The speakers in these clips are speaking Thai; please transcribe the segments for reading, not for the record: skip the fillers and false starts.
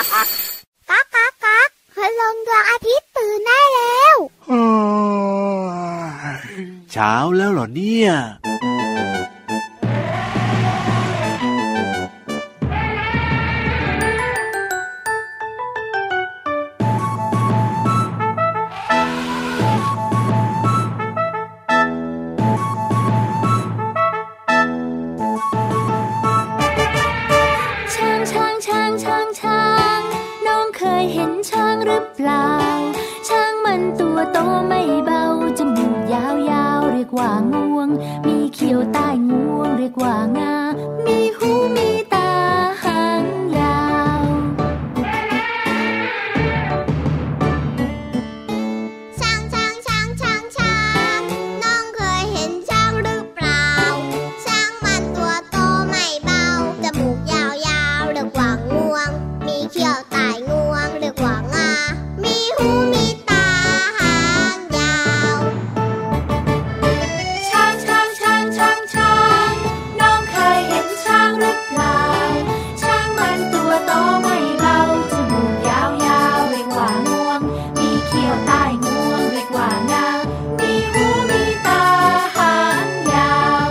ก๊ากก๊ากก๊ากพลังดวงอาทิตย์ตื่นได้แล้วเช้าแล้วเหรอเนี่ยช้างมันตัวโตไม่เบาจมูกยาวๆเรียกว่างวงมีเขี้ยวใต้งวงเรียกว่างามีหูมีตาหางยาวช้างช้างช้างช้างช้างน้องเคยเห็นช้างหรือเปล่าช้างมันตัวโตไม่เบาจมูกยาวๆเรียกว่างวงมีเขี้ยวใต้งวงเรียกว่างามีหูมีตาหางยาวช้างช้างช้างช้างช้างน้องเคยเห็นช้างหรือเปล่าช้างมันตัวโตไม่เบาจมูกยาวๆเรียกว่างวงมีเขี้ยวใต้งวงเรียกว่างามีหูมีตาหางยาว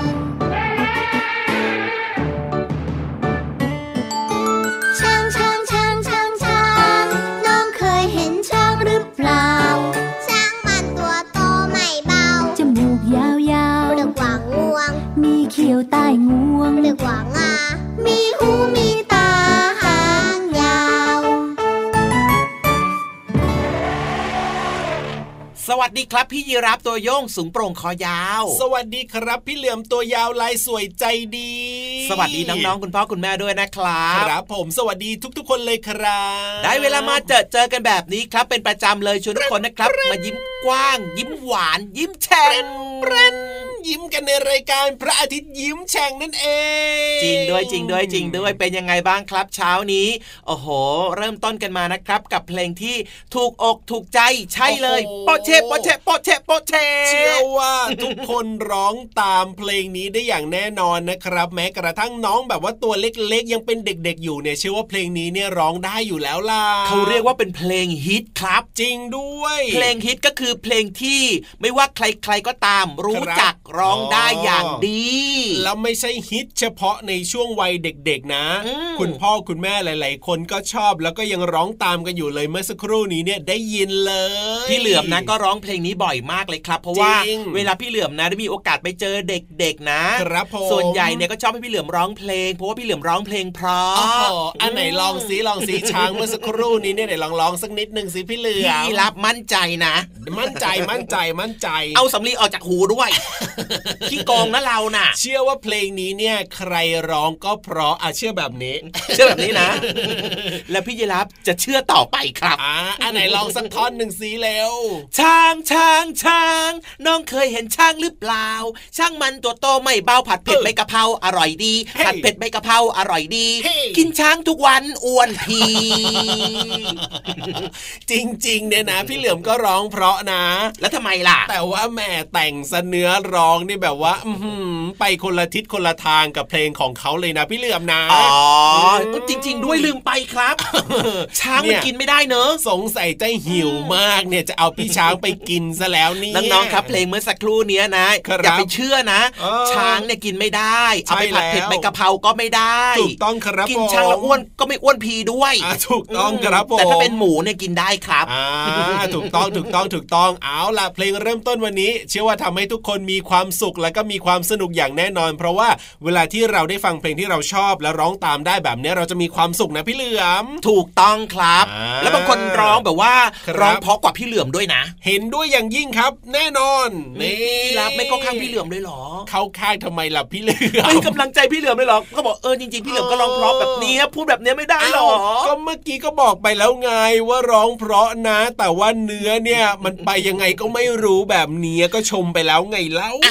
ช้างช้างช้างช้างช้างน้องเคยเห็นช้างหรือเปล่าช้างมันตัวโตไม่เบาจมูกยาวๆเรียกว่างวงมีเขี้ยวใต้งวงเรียกว่างามีหูมีตาหางยาวสวัสดีครับพี่ยีรับตัวโยงสูงโปร่งคอยาวสวัสดีครับพี่เหลือมตัวยาวลายสวยใจดีสวัสดีน้องๆคุณพ่อคุณแม่ด้วยนะครับครับผมสวัสดีทุกๆคนเลยครับได้เวลามาเจอกันแบบนี้ครับเป็นประจำเลยชวนทุกคนนะครับมายิ้มกว้างยิ้มหวานยิ้มแฉ่งยิ้มกันในรายการพระอาทิตย์ยิ้มแฉ่งนั่นเองจริงด้วยเป็นยังไงบ้างครับเช้านี้โอ้โหเริ่มต้นกันมานะครับกับเพลงที่ถูกอกถูกใจใช่เลยโปเชโปเชโปเชโปเชเชื่อว่าทุกคนร้องตามเพลงนี้ได้อย่างแน่นอนนะครับแม้กระทั่งน้องแบบว่าตัวเล็กๆยังเป็นเด็กๆอยู่เนี่ยเชื่อว่าเพลงนี้เนี่ยร้องได้อยู่แล้วล่ะเขาเรียกว่าเป็นเพลงฮิตครับจริงด้วยเพลงฮิตก็คือเพลงที่ไม่ว่าใครๆก็ตามรู้จักร้องได้อย่างดีแล้วไม่ใช่ฮิตเฉพาะในช่วงวัยเด็กๆนะคุณพ่อคุณแม่หลายๆคนก็ชอบแล้วก็ยังร้องตามกันอยู่เลยเมื่อสักครู่นี้เนี่ยได้ยินเลยพี่เหลือมนะก็ร้องเพลงนี้บ่อยมากเลยครับเพราะว่าเวลาพี่เหลือมนะได้มีโอกาสไปเจอเด็กๆนะครับส่วนใหญ่เนี่ยก็ชอบให้พี่เหลือมร้องเพลงเพราะว่าพี่เหลือมร้องเพลงเพราะอันไหนลองสิช้างเมื่อสักครู่นี้เนี่ยไหนลองสักนิดนึงสิพี่เหลือมพี่รับมั่นใจนะมั่นใจเอาสำลีออกจากหูด้วยขี้โกงนะเราน่ะเชื่อว่าเพลงนี้เนี่ยใครร้องก็เพราะเชื่อแบบนี้นะแล้วพี่ยีรับจะเชื่อต่อไปครับอันไหนลองสักท่อนหนึ่งสิเร็วช้างน้องเคยเห็นช้างหรือเปล่าช้างมันตัวโตไม่เบาผัดเผ็ดใบกะเพราอร่อยดีผัดเผ็ดใบกะเพราอร่อยดีกินช้างทุกวันอ้วนพีจริงๆเนี่ยนะพี่เหลือมก็ร้องเพราะนะแล้วทำไมล่ะแต่ว่าแม่แต่งซะเนื้อร้องนี่แบบว่าไปคนละทิศคนละทางกับเพลงของเขาเลยนะพี่เหลือมนะจริงๆด้วยลืมไปครับช้างมันกินไม่ได้เนอะสงสัยใจหิวมากเนี่ยจะเอาพี่ช้างไปกินซะแล้วนี่น้องๆครับเพลงเมื่อสักครู่นี้นะอย่าไปเชื่อนะช้างเนี่ยกินไม่ได้เอาไปผัดเผ็ดใบกะเพราก็ไม่ได้ถูกต้องครับกินช้างแล้วอ้วนก็ไม่อ้วนพีด้วยถูกต้องครับผมแต่ถ้าเป็นหมูเนี่ยกินได้ครับถูกต้องเอาล่ะเพลงเริ่มต้นวันนี้เชื่อว่าทำให้ทุกคนมีความสุขและก็มีความสนุกอย่างแน่นอนเพราะว่าเวลาที่เราได้ฟังเพลงที่เราชอบและร้องตามได้แบบนี้เราจะมีความสุขนะพี่เหลือมถูกต้องครับแล้วบางคนร้องแบบว่าร้องเพราะกว่าพี่เหลือมด้วยนะเห็นด้วยอย่างยิ่งครับแน่นอนนี่รับไม่เข้าข้างพี่เหลือมเลยหรอเข้าข้างทำไมล่ะพี่เหลือมให้กำลังใจพี่เหลือมเลยหรอก็บอกจริงๆพี่เหลือมก็ร้องเพราะแบบนี้พูดแบบนี้ไม่ได้หรอก็เมื่อกี้ก็บอกไปแล้วไงว่าร้องเพราะนะแต่ว่าเนื้อเนี่ยมันไปยังไงก็ไม่รู้แบบนี้ก็ชมไปแล้วไงเล่า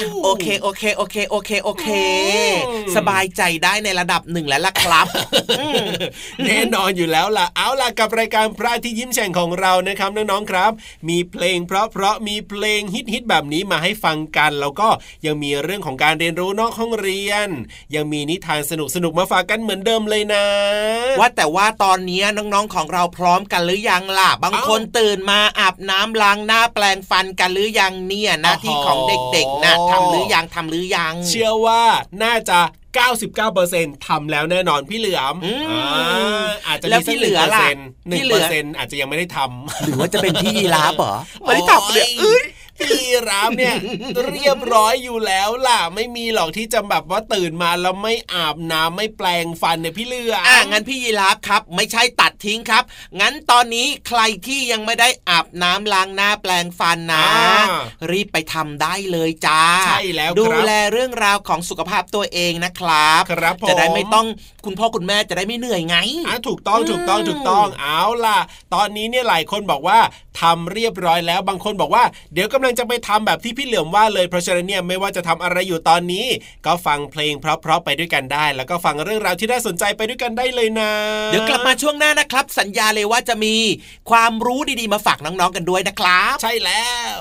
โอเคสบายใจได้ในระดับหนึ่งแล้วล่ะครับแน่นอนอยู่แล้วล่ะเอาล่ะกับรายการพระอาทิตย์ยิ้มแฉ่งของเรานะครับน้องๆครับมีเพลงเพราะมีเพลงฮิตแบบนี้มาให้ฟังกันแล้วก็ยังมีเรื่องของการเรียนรู้นอกห้องเรียนยังมีนิทานสนุกมาฝากกันเหมือนเดิมเลยนะว่าแต่ว่าตอนนี้น้องๆของเราพร้อมกันหรือยังล่ะบางคนตื่นมาอาบน้ำล้างหน้าแปรงฟันกันหรือยังเนี่ยหน้าที่ของเด็กๆนะทำหรือยังเชื่อว่าน่าจะ99% ทำแล้วแน่นอนพี่เหลือมอาจจะมีสัก 1% อาจจะยังไม่ได้ทำหรือว่าจะเป็นพี่ยีราฟเหรอไม่ได้ทำเลยพี่ยีราฟเนี่ยเรียบร้อยอยู่แล้วล่ะไม่มีหรอกที่จะแบบว่าตื่นมาแล้วไม่อาบน้ำไม่แปรงฟันเนี่ยพี่เหลือมงั้นพี่ยีราฟครับไม่ใช่ตัดทิ้งครับงั้นตอนนี้ใครที่ยังไม่ได้อาบน้ำล้างหน้าแปรงฟันนะรีบไปทำได้เลยจ้าใช่แล้วดูแลเรื่องราวของสุขภาพตัวเองนะครับจะได้ไม่ต้องคุณพ่อคุณแม่จะได้ไม่เหนื่อยไงถูกต้องเอาล่ะตอนนี้เนี่ยหลายคนบอกว่าทำเรียบร้อยแล้วบางคนบอกว่าเดี๋ยวกำลังจะไปทำแบบที่พี่เหลือมว่าเลยเพราะฉะนั้นเนี่ยไม่ว่าจะทำอะไรอยู่ตอนนี้ก็ฟังเพลงเพราะๆไปด้วยกันได้แล้วก็ฟังเรื่องราวที่น่าสนใจไปด้วยกันได้เลยนะเดี๋ยวกลับมาช่วงหน้านะครับสัญญาเลยว่าจะมีความรู้ดีๆมาฝากน้องๆกันด้วยนะครับใช่แล้ว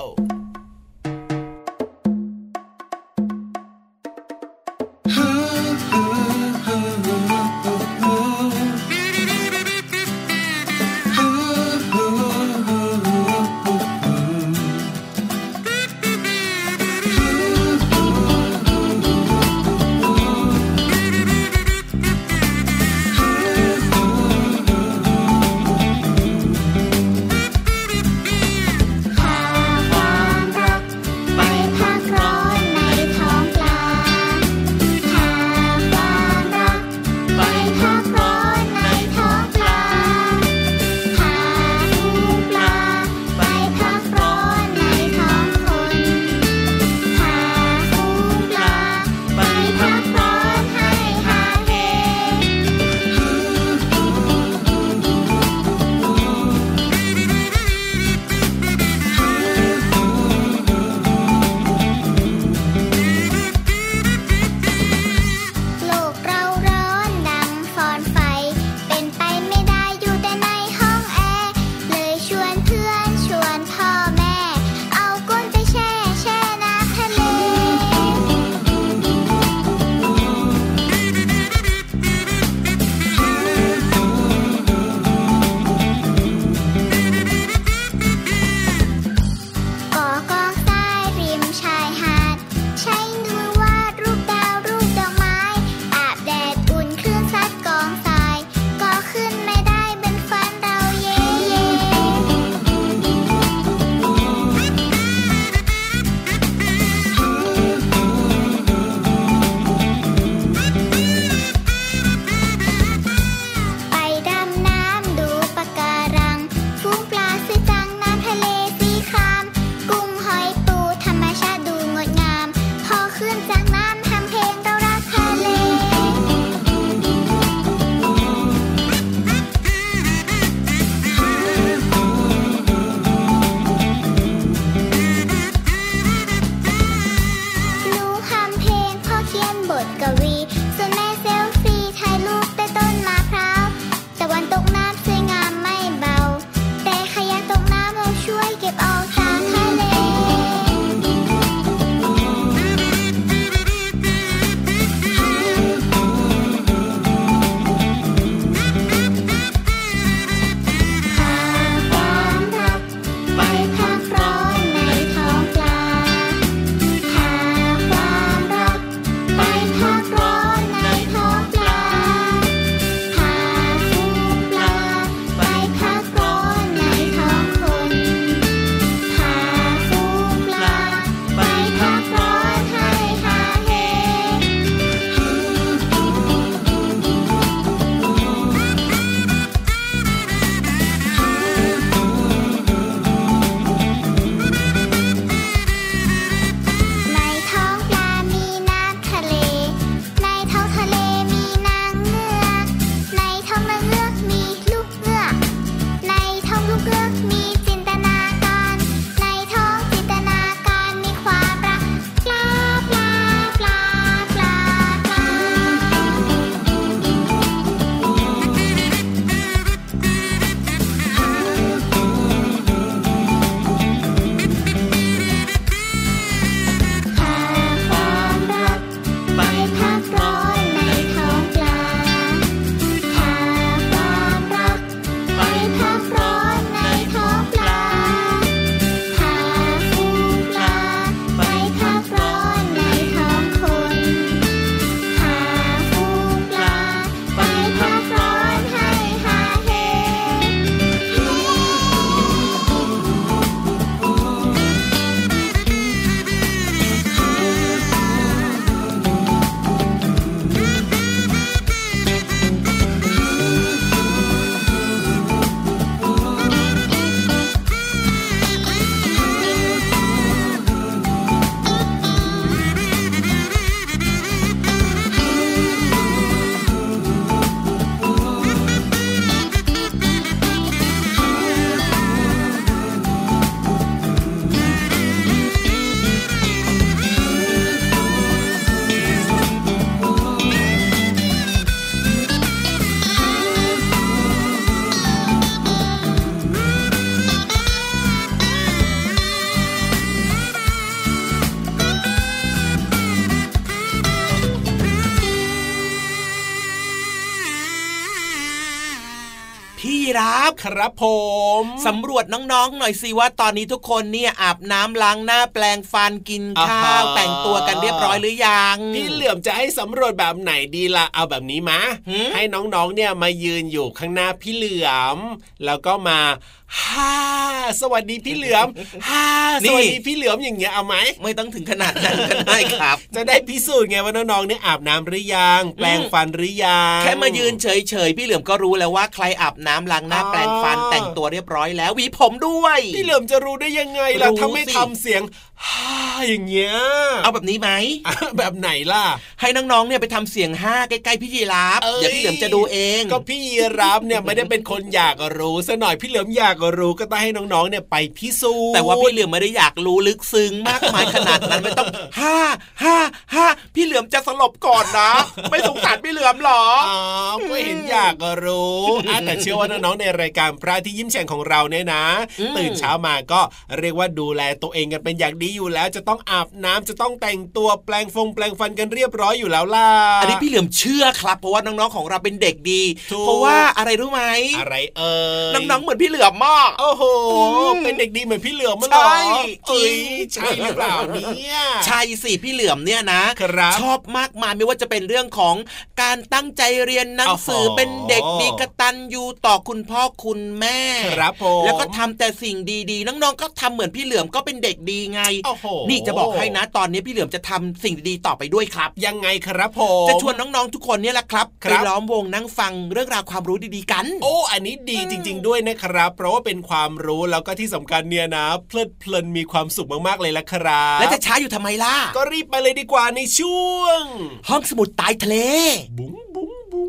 พี่รับครับผมสำรวจน้องๆหน่อยสิว่าตอนนี้ทุกคนเนี่ยอาบน้ำล้างหน้าแปรงฟันกินข้าวแต่งตัวกันเรียบร้อยหรือยังพี่เหลือมจะให้สำรวจแบบไหนดีล่ะเอาแบบนี้มะให้น้องๆเนี่ยมายืนอยู่ข้างหน้าพี่เหลือมแล้วก็มาสวัสดีพี่เหลือมสวัสดีพี่เหลือมอย่างเงี้ยเอาไหมไม่ต้องถึงขนาดนั้นก็ได้ครับจะได้พิสูจน์ไงว่าน้องๆเนี่ยอาบน้ำหรือยังแปรงฟันหรือยังแค่มายืนเฉยๆพี่เหลือมก็รู้แล้วว่าใครอาบน้ำล้างหน้าแปรงฟันแต่งตัวเรียบร้อยแล้วหวีผมด้วยพี่เหลือมจะรู้ได้ยังไงล่ะถ้าไม่ทำเสียงอย่างเงี้ยเอาแบบนี้ไหมแบบไหนล่ะให้น้องๆเนี่ยไปทำเสียงใกล้ๆพี่ยีราฟเดี๋ยวพี่เหลือมจะดูเองก็พี่ยีราฟเนี่ยไม่ได้เป็นคนอยากรู้ซะหน่อยพี่เหลือมอยากรู้ก็ต้องให้น้องๆเนี่ยไปพิสูจน์แต่ว่าพี่เหลือมไม่ได้อยากรู้ลึกซึ้งมากมายขนาดนั้นไม่ต้องพี่เหลือมจะสลบก่อนนะไม่สงสารพี่เหลือมหรอก็เห็นอยากรู้แต่เชื่อว่าน้องๆในรายการพระที่ยิ้มแฉ่งของเราเนี่ยนะตื่นเช้ามาก็เรียกว่าดูแลตัวเองกันเป็นอย่างดีอยู่แล้วจะต้องอาบน้ำจะต้องแต่งตัวแปรงฟันกันเรียบร้อยอยู่แล้วล่ะอันนี้พี่เหลือมเชื่อครับเพราะว่าน้องๆของเราเป็นเด็กดีเพราะว่าอะไรรู้ไหมอะไรน้องๆเหมือนพี่เหลือมมากโอ้โหเป็นเด็กดีเหมือนพี่เหลือมมั้งเหรอใช่หรือเปล่าเนี่ยใช่สิพี่เหลือมเนี่ยนะชอบมากมายไม่ว่าจะเป็นเรื่องของการตั้งใจเรียนหนังสือเป็นเด็กดีกตัญญูต่อคุณพ่อคุณแม่ครับผมแล้วก็ทำแต่สิ่งดีๆน้องๆก็ทำเหมือนพี่เหลือมก็เป็นเด็กดีไงนี่จะบอกให้นะตอนนี้พี่เหลือมจะทำสิ่งดีๆต่อไปด้วยครับยังไงครับผมจะชวนน้องๆทุกคนเนี่ยแหละครับไปล้อมวงนั่งฟังเรื่องราวความรู้ดีๆกันโอ้อันนี้ดีจริงๆด้วยนะครับเพราะว่าเป็นความรู้แล้วก็ที่สำคัญเนี่ยนะเพลิดเพลินมีความสุขมากๆเลยละครับแล้วจะช้าอยู่ทำไมล่ะก็รีบไปเลยดีกว่าในช่วงห้องสมุดใต้ทะเลบุ๋งบุ๋งบุ๋ง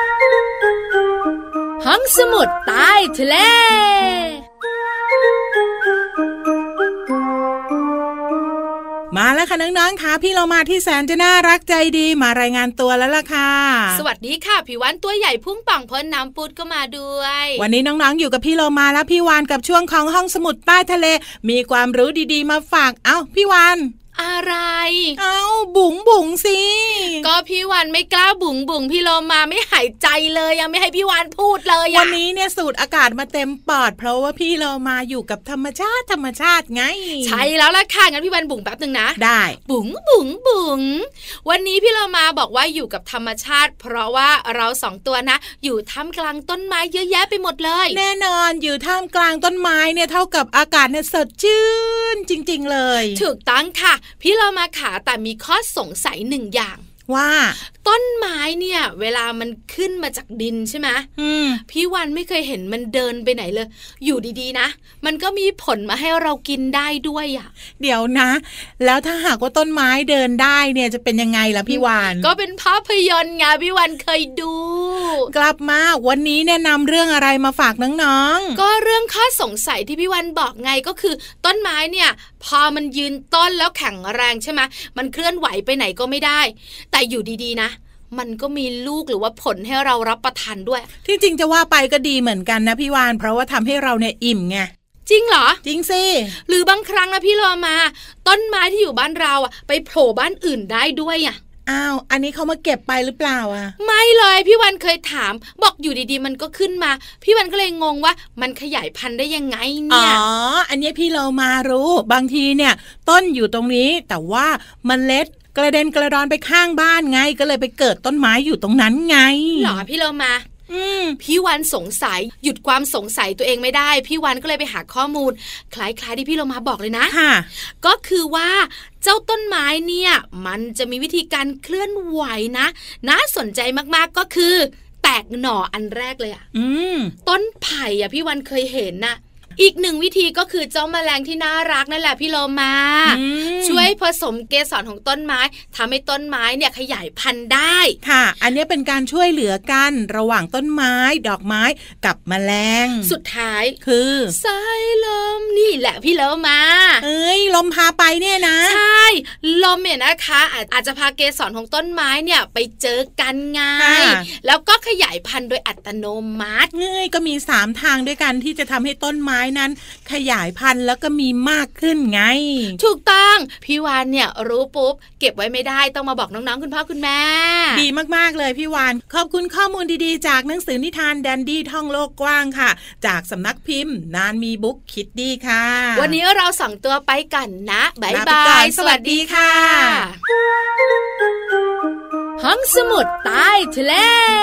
ห้องสมุดใต้ทะเลมาแล้วค่ะน้องๆค่ะพี่เรามาที่แสนจะน่ารักใจดีมารายงานตัวแล้วล่ะค่ะสวัสดีค่ะพี่วันตัวใหญ่พุ่งป่องพ้นน้ำปุดก็มาด้วยวันนี้น้องๆอยู่กับพี่เรามาและพี่วานกับช่วงของห้องสมุดใต้ทะเลมีความรู้ดีๆมาฝากเอ้าพี่วานอะไรบุ๋งบุ๋งสิก็พี่วันไม่กล้าบุ๋งบุ๋งพี่โลมาไม่หายใจเลยยังไม่ให้พี่วันพูดเลยวันนี้เนี่ยสูดอากาศมาเต็มปอดเพราะว่าพี่โลมาอยู่กับธรรมชาติไงใช่แล้วล่ะค่ะงั้นพี่วันบุ๋งแป๊บนึงนะได้บุ๋งบุ๋งบุ๋งวันนี้พี่โลมาบอกว่าอยู่กับธรรมชาติเพราะว่าเราสองตัวนะอยู่ท่ามกลางต้นไม้เยอะแยะไปหมดเลยแน่นอนอยู่ท่ามกลางต้นไม้เนี่ยเท่ากับอากาศเนี่ยสดชื่นจริงๆเลยถูกต้องค่ะพี่เรามาขาแต่มีข้อสงสัยหนึ่งอย่างว่าต้นไม้เนี่ยเวลามันขึ้นมาจากดินใช่ไหมพี่วันไม่เคยเห็นมันเดินไปไหนเลยอยู่ดีๆนะมันก็มีผลมาให้เรากินได้ด้วยอ่ะเดี๋ยวนะแล้วถ้าหากว่าต้นไม้เดินได้เนี่ยจะเป็นยังไงล่ะพี่วานก็เป็นภาพยนตร์ไงพี่วันเคยดูกลับมาวันนี้แนะนำเรื่องอะไรมาฝากน้องๆก็เรื่องข้อสงสัยที่พี่วันบอกไงก็คือต้นไม้เนี่ยพอมันยืนต้นแล้วแข็งแรงใช่ไหมมันเคลื่อนไหวไปไหนก็ไม่ได้แต่อยู่ดีๆนะมันก็มีลูกหรือว่าผลให้เรารับประทานด้วยที่จริงจะว่าไปก็ดีเหมือนกันนะพี่วานเพราะว่าทำให้เราเนี่ยอิ่มไงจริงเหรอจริงสิหรือบางครั้งนะพี่โลมาต้นไม้ที่อยู่บ้านเราอ่ะไปโผล่บ้านอื่นได้ด้วยอ่ะอ้าวอันนี้เขามาเก็บไปหรือเปล่าอ่ะไม่เลยพี่วันเคยถามบอกอยู่ดีๆมันก็ขึ้นมาพี่วันก็เลยงงว่ามันขยายพันธุ์ได้ยังไงเนี่ยอันนี้พี่เรามารู้บางทีเนี่ยต้นอยู่ตรงนี้แต่ว่าเมล็ดกระเด็นกระดอนไปข้างบ้านไงก็เลยไปเกิดต้นไม้อยู่ตรงนั้นไงหรอพี่เรามาพี่วันสงสัยหยุดความสงสัยตัวเองไม่ได้พี่วันก็เลยไปหาข้อมูลคล้ายๆที่พี่เรามาบอกเลยนะก็คือว่าเจ้าต้นไม้เนี่ยมันจะมีวิธีการเคลื่อนไหวนะน่าสนใจมากๆก็คือแตกหน่ออันแรกเลยอ่ะต้นไผ่อ่ะพี่วันเคยเห็นน่ะอีกหนึ่งวิธีก็คือเจ้าแมลงที่น่ารักนั่นแหละพี่โลมาช่วยผสมเกสรของต้นไม้ทำให้ต้นไม้เนี่ยขยายพันธุ์ได้ค่ะอันนี้เป็นการช่วยเหลือกันระหว่างต้นไม้ดอกไม้กับแมลงสุดท้ายคือสายลมนี่แหละพี่โลมาลมพาไปเนี่ยนะใช่ลมเนี่ยนะคะอาจจะพาเกสรของต้นไม้เนี่ยไปเจอกันไงแล้วก็ขยายพันธุ์โดยอัตโนมัติก็มี3ทางด้วยกันที่จะทำให้ต้นไม้นั้นขยายพันธุ์แล้วก็มีมากขึ้นไงถูกต้องพี่วานเนี่ยรู้ปุ๊บเก็บไว้ไม่ได้ต้องมาบอกน้องๆคุณพ่อคุณแม่ดีมากๆเลยพี่วานขอบคุณข้อมูลดีๆจากหนังสือนิทานแดนดี้ท่องโลกกว้างค่ะจากสำนักพิมพ์นานมีบุ๊กคิดดีค่ะวันนี้เราส่งตัวไปกันนะบ๊ายบายสวัสดีค่ะห้องสมุดใต้ทะเล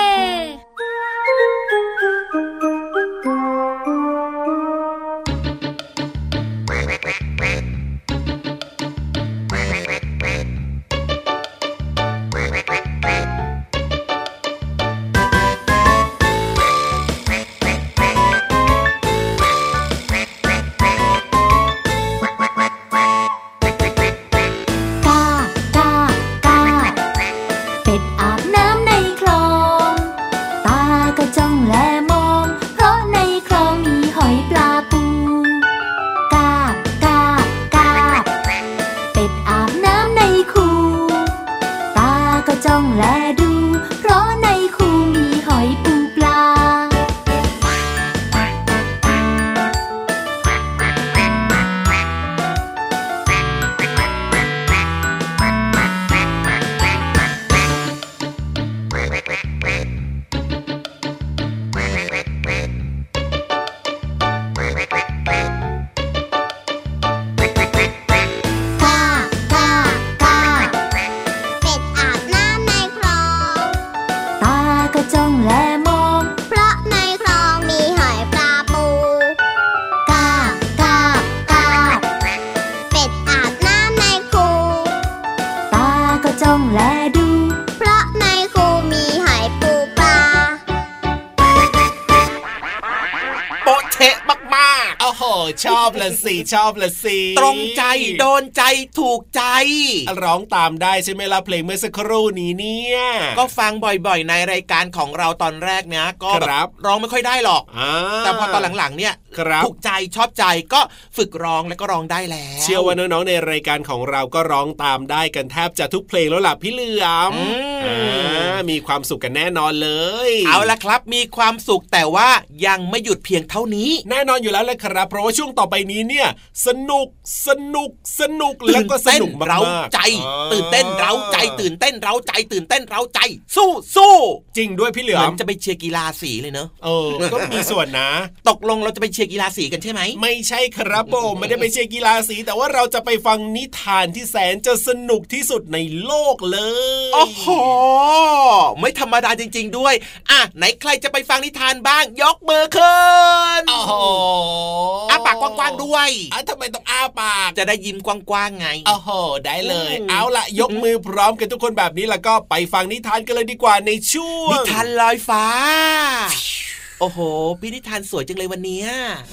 ชอบละสิชอบละสิตรงใจโดนใจถูกใจร้องตามได้ใช่ไหมล่ะเพลงเมื่อสักครู่นี้เนี่ยก็ฟังบ่อยๆในรายการของเราตอนแรกนะก็แบบร้องไม่ค่อยได้หรอกแต่พอตอนหลังๆเนี่ยถูกใจชอบใจก็ฝึกร้องแล้วก็ร้องได้แล้วเชื่อว่าน้องๆในรายการของเราก็ร้องตามได้กันแทบจะทุกเพลงแล้วล่ะพี่เหลือมมีความสุขกันแน่นอนเลยเอาละครับมีความสุขแต่ว่ายังไม่หยุดเพียงเท่านี้แน่นอนอยู่แล้วแหละครับเพราะว่าช่วงต่อไปนี้เนี่ยสนุกแล้วก็สนุกมากใจตื่นเต้นเร้าใจตื่นเต้นเร้าใจตื่นเต้นเร้าใจสู้จริงด้วยพี่เหลือมเหมือนจะไปเชียร์กีฬาสีเลยเนอะก็มีส่วนนะตกลงเราจะไปเชียร์กีฬาสีกันใช่ไหมไม่ใช่ครับผมไม่ได้ไปเชียร์กีฬาสีแต่ว่าเราจะไปฟังนิทานที่แสนจะสนุกที่สุดในโลกเลยโอ้โหไม่ธรรมดาจริงๆด้วยอ่ะไหนใครจะไปฟังนิทานบ้างยกมือขึ้นโอ้โหอ้าปากกว้างๆด้วยทำไมต้องอ้าปากจะได้ยิ้มกว้างๆไงโอ้โหได้เลยเอาล่ะยกมือพร้อมกันทุกคนแบบนี้แล้วก็ไปฟังนิทานกันเลยดีกว่าในช่วงนิทานลอยฟ้าโอ้โหพี่นิทานสวยจังเลยวันนี้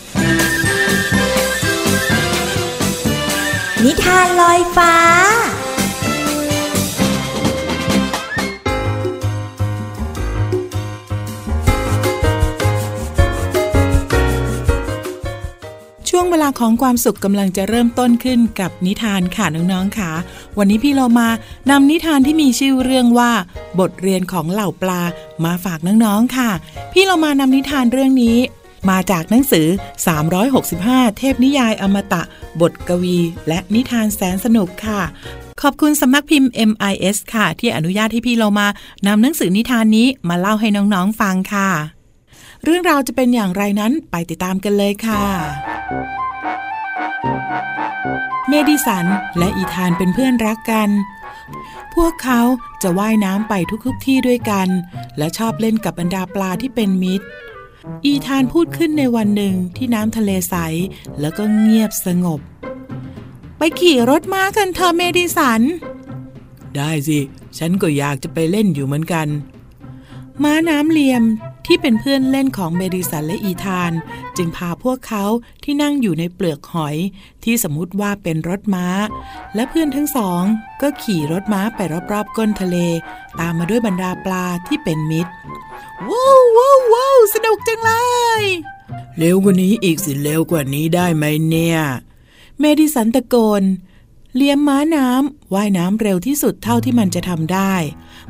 นิทานลอยฟ้าช่วงเวลาของความสุขกำลังจะเริ่มต้นขึ้นกับนิทานค่ะน้องๆค่ะวันนี้พี่เรามานำนิทานที่มีชื่อเรื่องว่าบทเรียนของเหล่าปลามาฝากน้องๆค่ะพี่เรามานำนิทานเรื่องนี้มาจากหนังสือ365เทพนิยายอมตะบทกวีและนิทานแสนสนุกค่ะขอบคุณสำนักพิมพ์ MIS ค่ะที่อนุญาตให้พี่เรามานำหนังสือนิทานนี้มาเล่าให้น้องๆฟังค่ะเรื่องราวจะเป็นอย่างไรนั้นไปติดตามกันเลยค่ะเมดิสันและอีธานเป็นเพื่อนรักกันพวกเขาจะว่ายน้ำไปทุกที่ด้วยกันและชอบเล่นกับบรรดาปลาที่เป็นมิตรอีธานพูดขึ้นในวันหนึ่งที่น้ำทะเลใสแล้วก็เงียบสงบไปขี่รถม้ากันเถอะเมดิสันได้สิฉันก็อยากจะไปเล่นอยู่เหมือนกันม้าน้ำเหลี่ยมที่เป็นเพื่อนเล่นของเมดิสันและอีธานจึงพาพวกเขาที่นั่งอยู่ในเปลือกหอยที่สมมุติว่าเป็นรถม้าและเพื่อนทั้งสองก็ขี่รถม้าไปรอบๆก้นทะเลตามมาด้วยบรรดาปลาที่เป็นมิตรว้าวว้าวว้าวสนุกจังเลยเร็วกว่านี้อีกสิเร็วกว่านี้ได้ไหมเนี่ยเมดิสันตะโกนเลี้ยมม้าน้ำว่ายน้ำเร็วที่สุดเท่าที่มันจะทำได้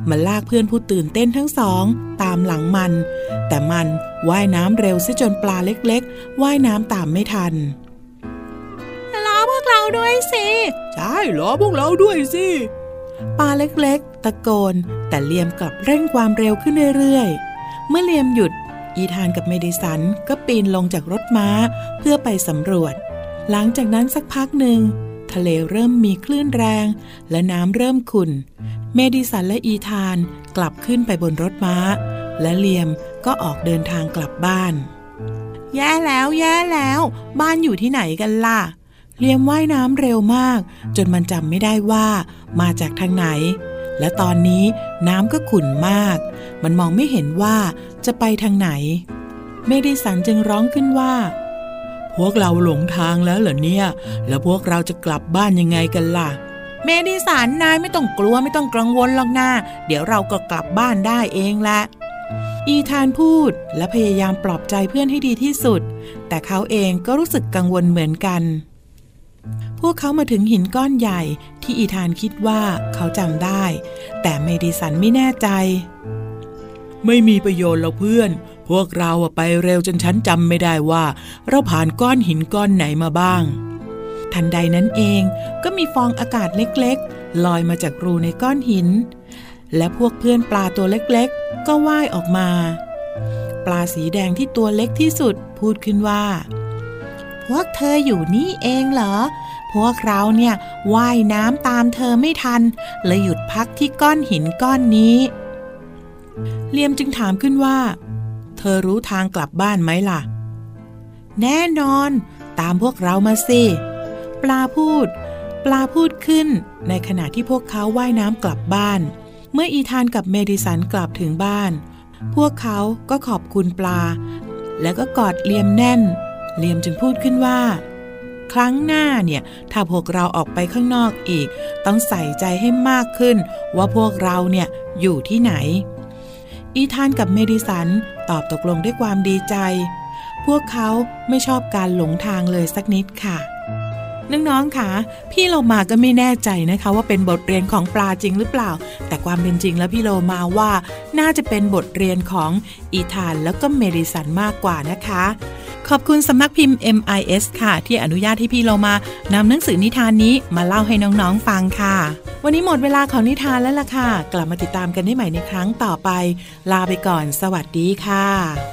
มันลากเพื่อนผู้ตื่นเต้นทั้งสองตามหลังมันแต่มันว่ายน้ำเร็วซะจนปลาเล็กๆว่ายน้ำตามไม่ทันล้อพวกเราด้วยสิใช่ล้อพวกเราด้วยสิปลาเล็กๆตะโกนแต่เลียมกลับเร่งความเร็วขึ้นเรื่อยๆเมื่อเลียมหยุดอีธานกับเมดิสันก็ปีนลงจากรถม้าเพื่อไปสำรวจหลังจากนั้นสักพักหนึ่งทะเลเริ่มมีคลื่นแรงและน้ำเริ่มขุ่นเมดิสันและอีธานกลับขึ้นไปบนรถม้าและเลียมก็ออกเดินทางกลับบ้านแย่แล้วบ้านอยู่ที่ไหนกันล่ะเลียมว่ายน้ำเร็วมากจนมันจำไม่ได้ว่ามาจากทางไหนและตอนนี้น้ำก็ขุ่นมากมันมองไม่เห็นว่าจะไปทางไหนเมดิสันจึงร้องขึ้นว่าพวกเราหลงทางแล้วเหรอเนี่ยแล้วพวกเราจะกลับบ้านยังไงกันล่ะเมดิสันนายไม่ต้องกลัวไม่ต้องกังวลหรอกนะเดี๋ยวเราก็กลับบ้านได้เองแหละอีธานพูดและพยายามปลอบใจเพื่อนให้ดีที่สุดแต่เขาเองก็รู้สึกกังวลเหมือนกันพวกเขามาถึงหินก้อนใหญ่ที่อีธานคิดว่าเขาจำได้แต่เมดิสันไม่แน่ใจไม่มีประโยชน์หรอกเพื่อนพวกเราไปเร็วจนฉันจำไม่ได้ว่าเราผ่านก้อนหินก้อนไหนมาบ้างทันใดนั้นเองก็มีฟองอากาศเล็กๆลอยมาจากรูในก้อนหินและพวกเพื่อนปลาตัวเล็กๆก็ว่ายออกมาปลาสีแดงที่ตัวเล็กที่สุดพูดขึ้นว่าพวกเธออยู่นี่เองเหรอพวกเราเนี่ยว่ายน้ำตามเธอไม่ทันเลยหยุดพักที่ก้อนหินก้อนนี้เลียมจึงถามขึ้นว่าเธอรู้ทางกลับบ้านไหมล่ะแน่นอนตามพวกเรามาสิปลาพูดขึ้นในขณะที่พวกเขาว่ายน้ำกลับบ้านเมื่ออีธานกับเมดิสันกลับถึงบ้านพวกเขาก็ขอบคุณปลาแล้วก็กอดเลียมแน่นเลียมจึงพูดขึ้นว่าครั้งหน้าเนี่ยถ้าพวกเราออกไปข้างนอกอีกต้องใส่ใจให้มากขึ้นว่าพวกเราเนี่ยอยู่ที่ไหนอีธานกับเมดิสันตอบตกลงด้วยความดีใจพวกเขาไม่ชอบการหลงทางเลยสักนิดค่ะน้องๆค่ะพี่โลมาก็ไม่แน่ใจนะคะว่าเป็นบทเรียนของปลาจริงหรือเปล่าแต่ความเป็นจริงแล้วพี่โลมาว่าน่าจะเป็นบทเรียนของอีธานแล้วก็เมดิสันมากกว่านะคะขอบคุณสำนักพิมพ์ MIS ค่ะที่อนุญาตให้พี่โลมานำหนังสือนิทานนี้มาเล่าให้น้องๆฟังค่ะวันนี้หมดเวลาของนิทานแล้วล่ะค่ะกลับมาติดตามกันได้ใหม่ในครั้งต่อไปลาไปก่อนสวัสดีค่ะ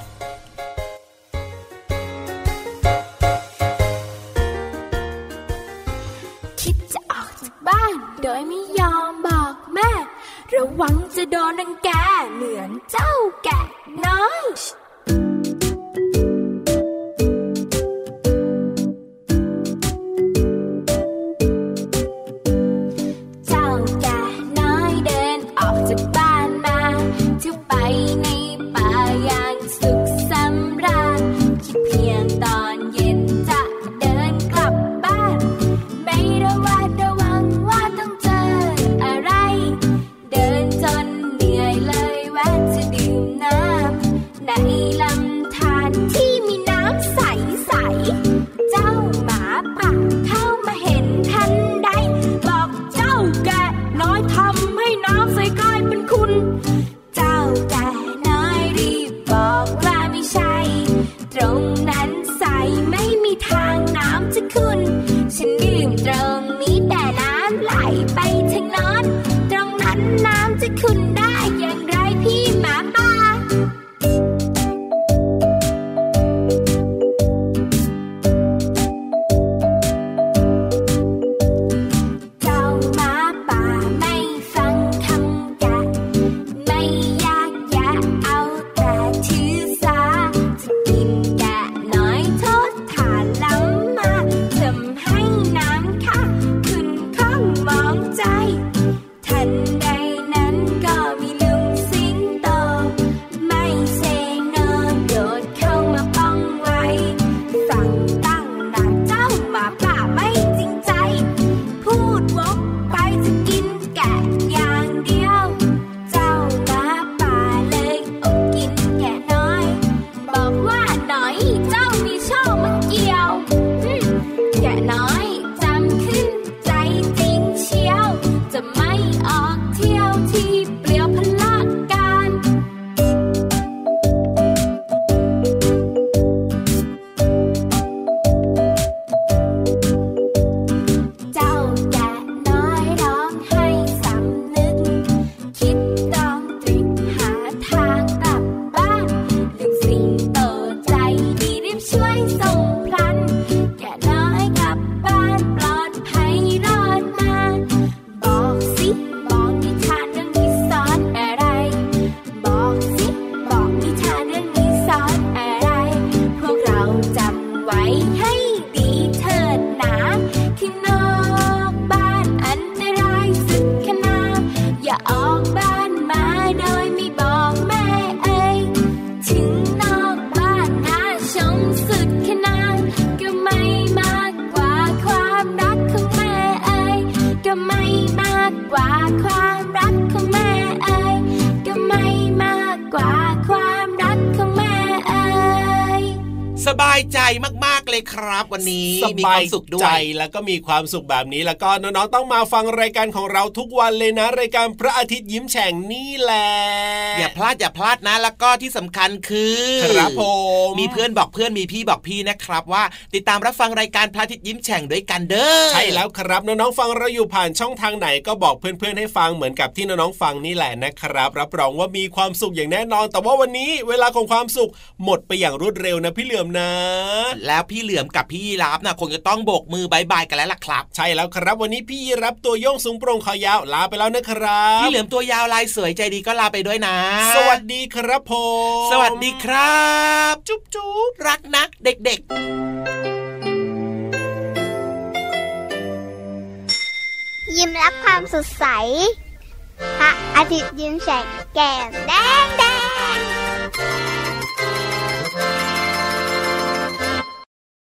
คิดจะออกจากบ้านโดยไม่ยอมบอกแม่ระวังจะโดนรังแกเหมือนเจ้าแกะน้อยเลยสบายใจมากๆเลยครับวันนี้มีความสุขด้วยใจแล้วก็มีความสุขแบบนี้แล้วก็น้องๆต้องมาฟังรายการของเราทุกวันเลยนะรายการพระอาทิตย์ยิ้มแฉ่งนี่แหละอย่าพลาดนะแล้วก็ที่สำคัญคือครับผมมีเพื่อนบอกเพื่อนมีพี่บอกพี่นะครับว่าติดตามรับฟังรายการพระอาทิตย์ยิ้มแฉ่งด้วยกันเด้อใช่แล้วครับน้องๆฟังเราอยู่ผ่านช่องทางไหนก็บอกเพื่อนๆให้ฟังเหมือนกับที่น้องๆฟังนี่แหละนะครับรับรองว่ามีความสุขอย่างแน่นอนแต่ว่าวันนี้เวลาของความสุขหมดไปอย่างรวดเร็วนะพี่เหลือมนะแล้วพี่เหลือมกับพี่ยีราฟนะคงจะต้องโบกมือบายบายกันแล้วล่ะครับใช่แล้วครับวันนี้พี่ยีราฟตัวโยงสูงโปร่งคอยาวลาไปแล้วนะครับพี่เหลือมตัวยาวลายสวยใจดีก็ลาไปด้วยนะสวัสดีครับผมสวัสดีครับจุ๊บจุ๊บรักนะเด็กๆยิ้มรับความสดใสพระอาทิตย์ยิ้มแฉกแก้มแดง